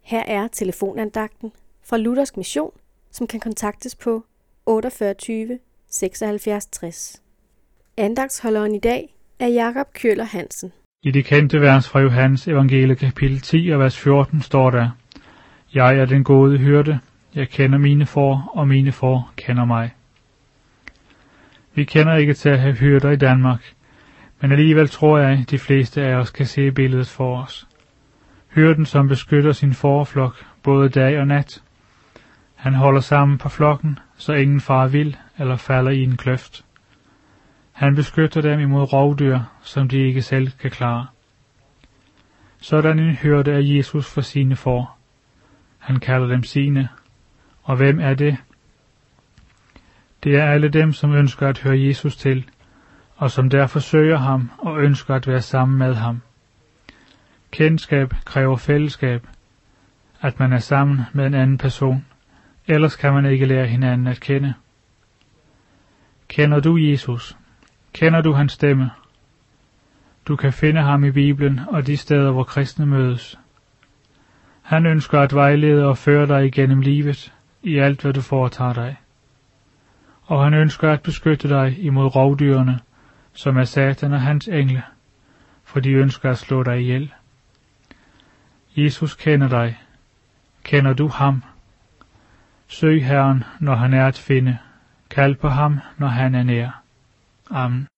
Her er telefonandagten fra Luthersk Mission, som kan kontaktes på 48 76 60. Andagtsholderen i dag er Jakob Kjøller Hansen. I det kendte vers fra Johannes evangelie kapitel 10 og vers 14 står der: Jeg er den gode hyrde, jeg kender mine får, og mine får kender mig. Vi kender ikke til at have hyrder i Danmark, men alligevel tror jeg, de fleste af os kan se billedet for os. Hyrden, som beskytter sin fåreflok både dag og nat. Han holder sammen på flokken, så ingen farer vild eller falder i en kløft. Han beskytter dem imod rovdyr, som de ikke selv kan klare. Sådan en hyrde er Jesus for sine får. Han kalder dem sine. Og hvem er det? Det er alle dem, som ønsker at høre Jesus til, og som derfor søger ham og ønsker at være sammen med ham. Kendskab kræver fællesskab, at man er sammen med en anden person, ellers kan man ikke lære hinanden at kende. Kender du Jesus? Kender du hans stemme? Du kan finde ham i Bibelen og de steder, hvor kristne mødes. Han ønsker at vejlede og føre dig igennem livet i alt, hvad du foretager dig. Og han ønsker at beskytte dig imod rovdyrene, som er Satan og hans engle, for de ønsker at slå dig ihjel. Jesus kender dig. Kender du ham? Søg Herren, når han er at finde. Kald på ham, når han er nær. Amen.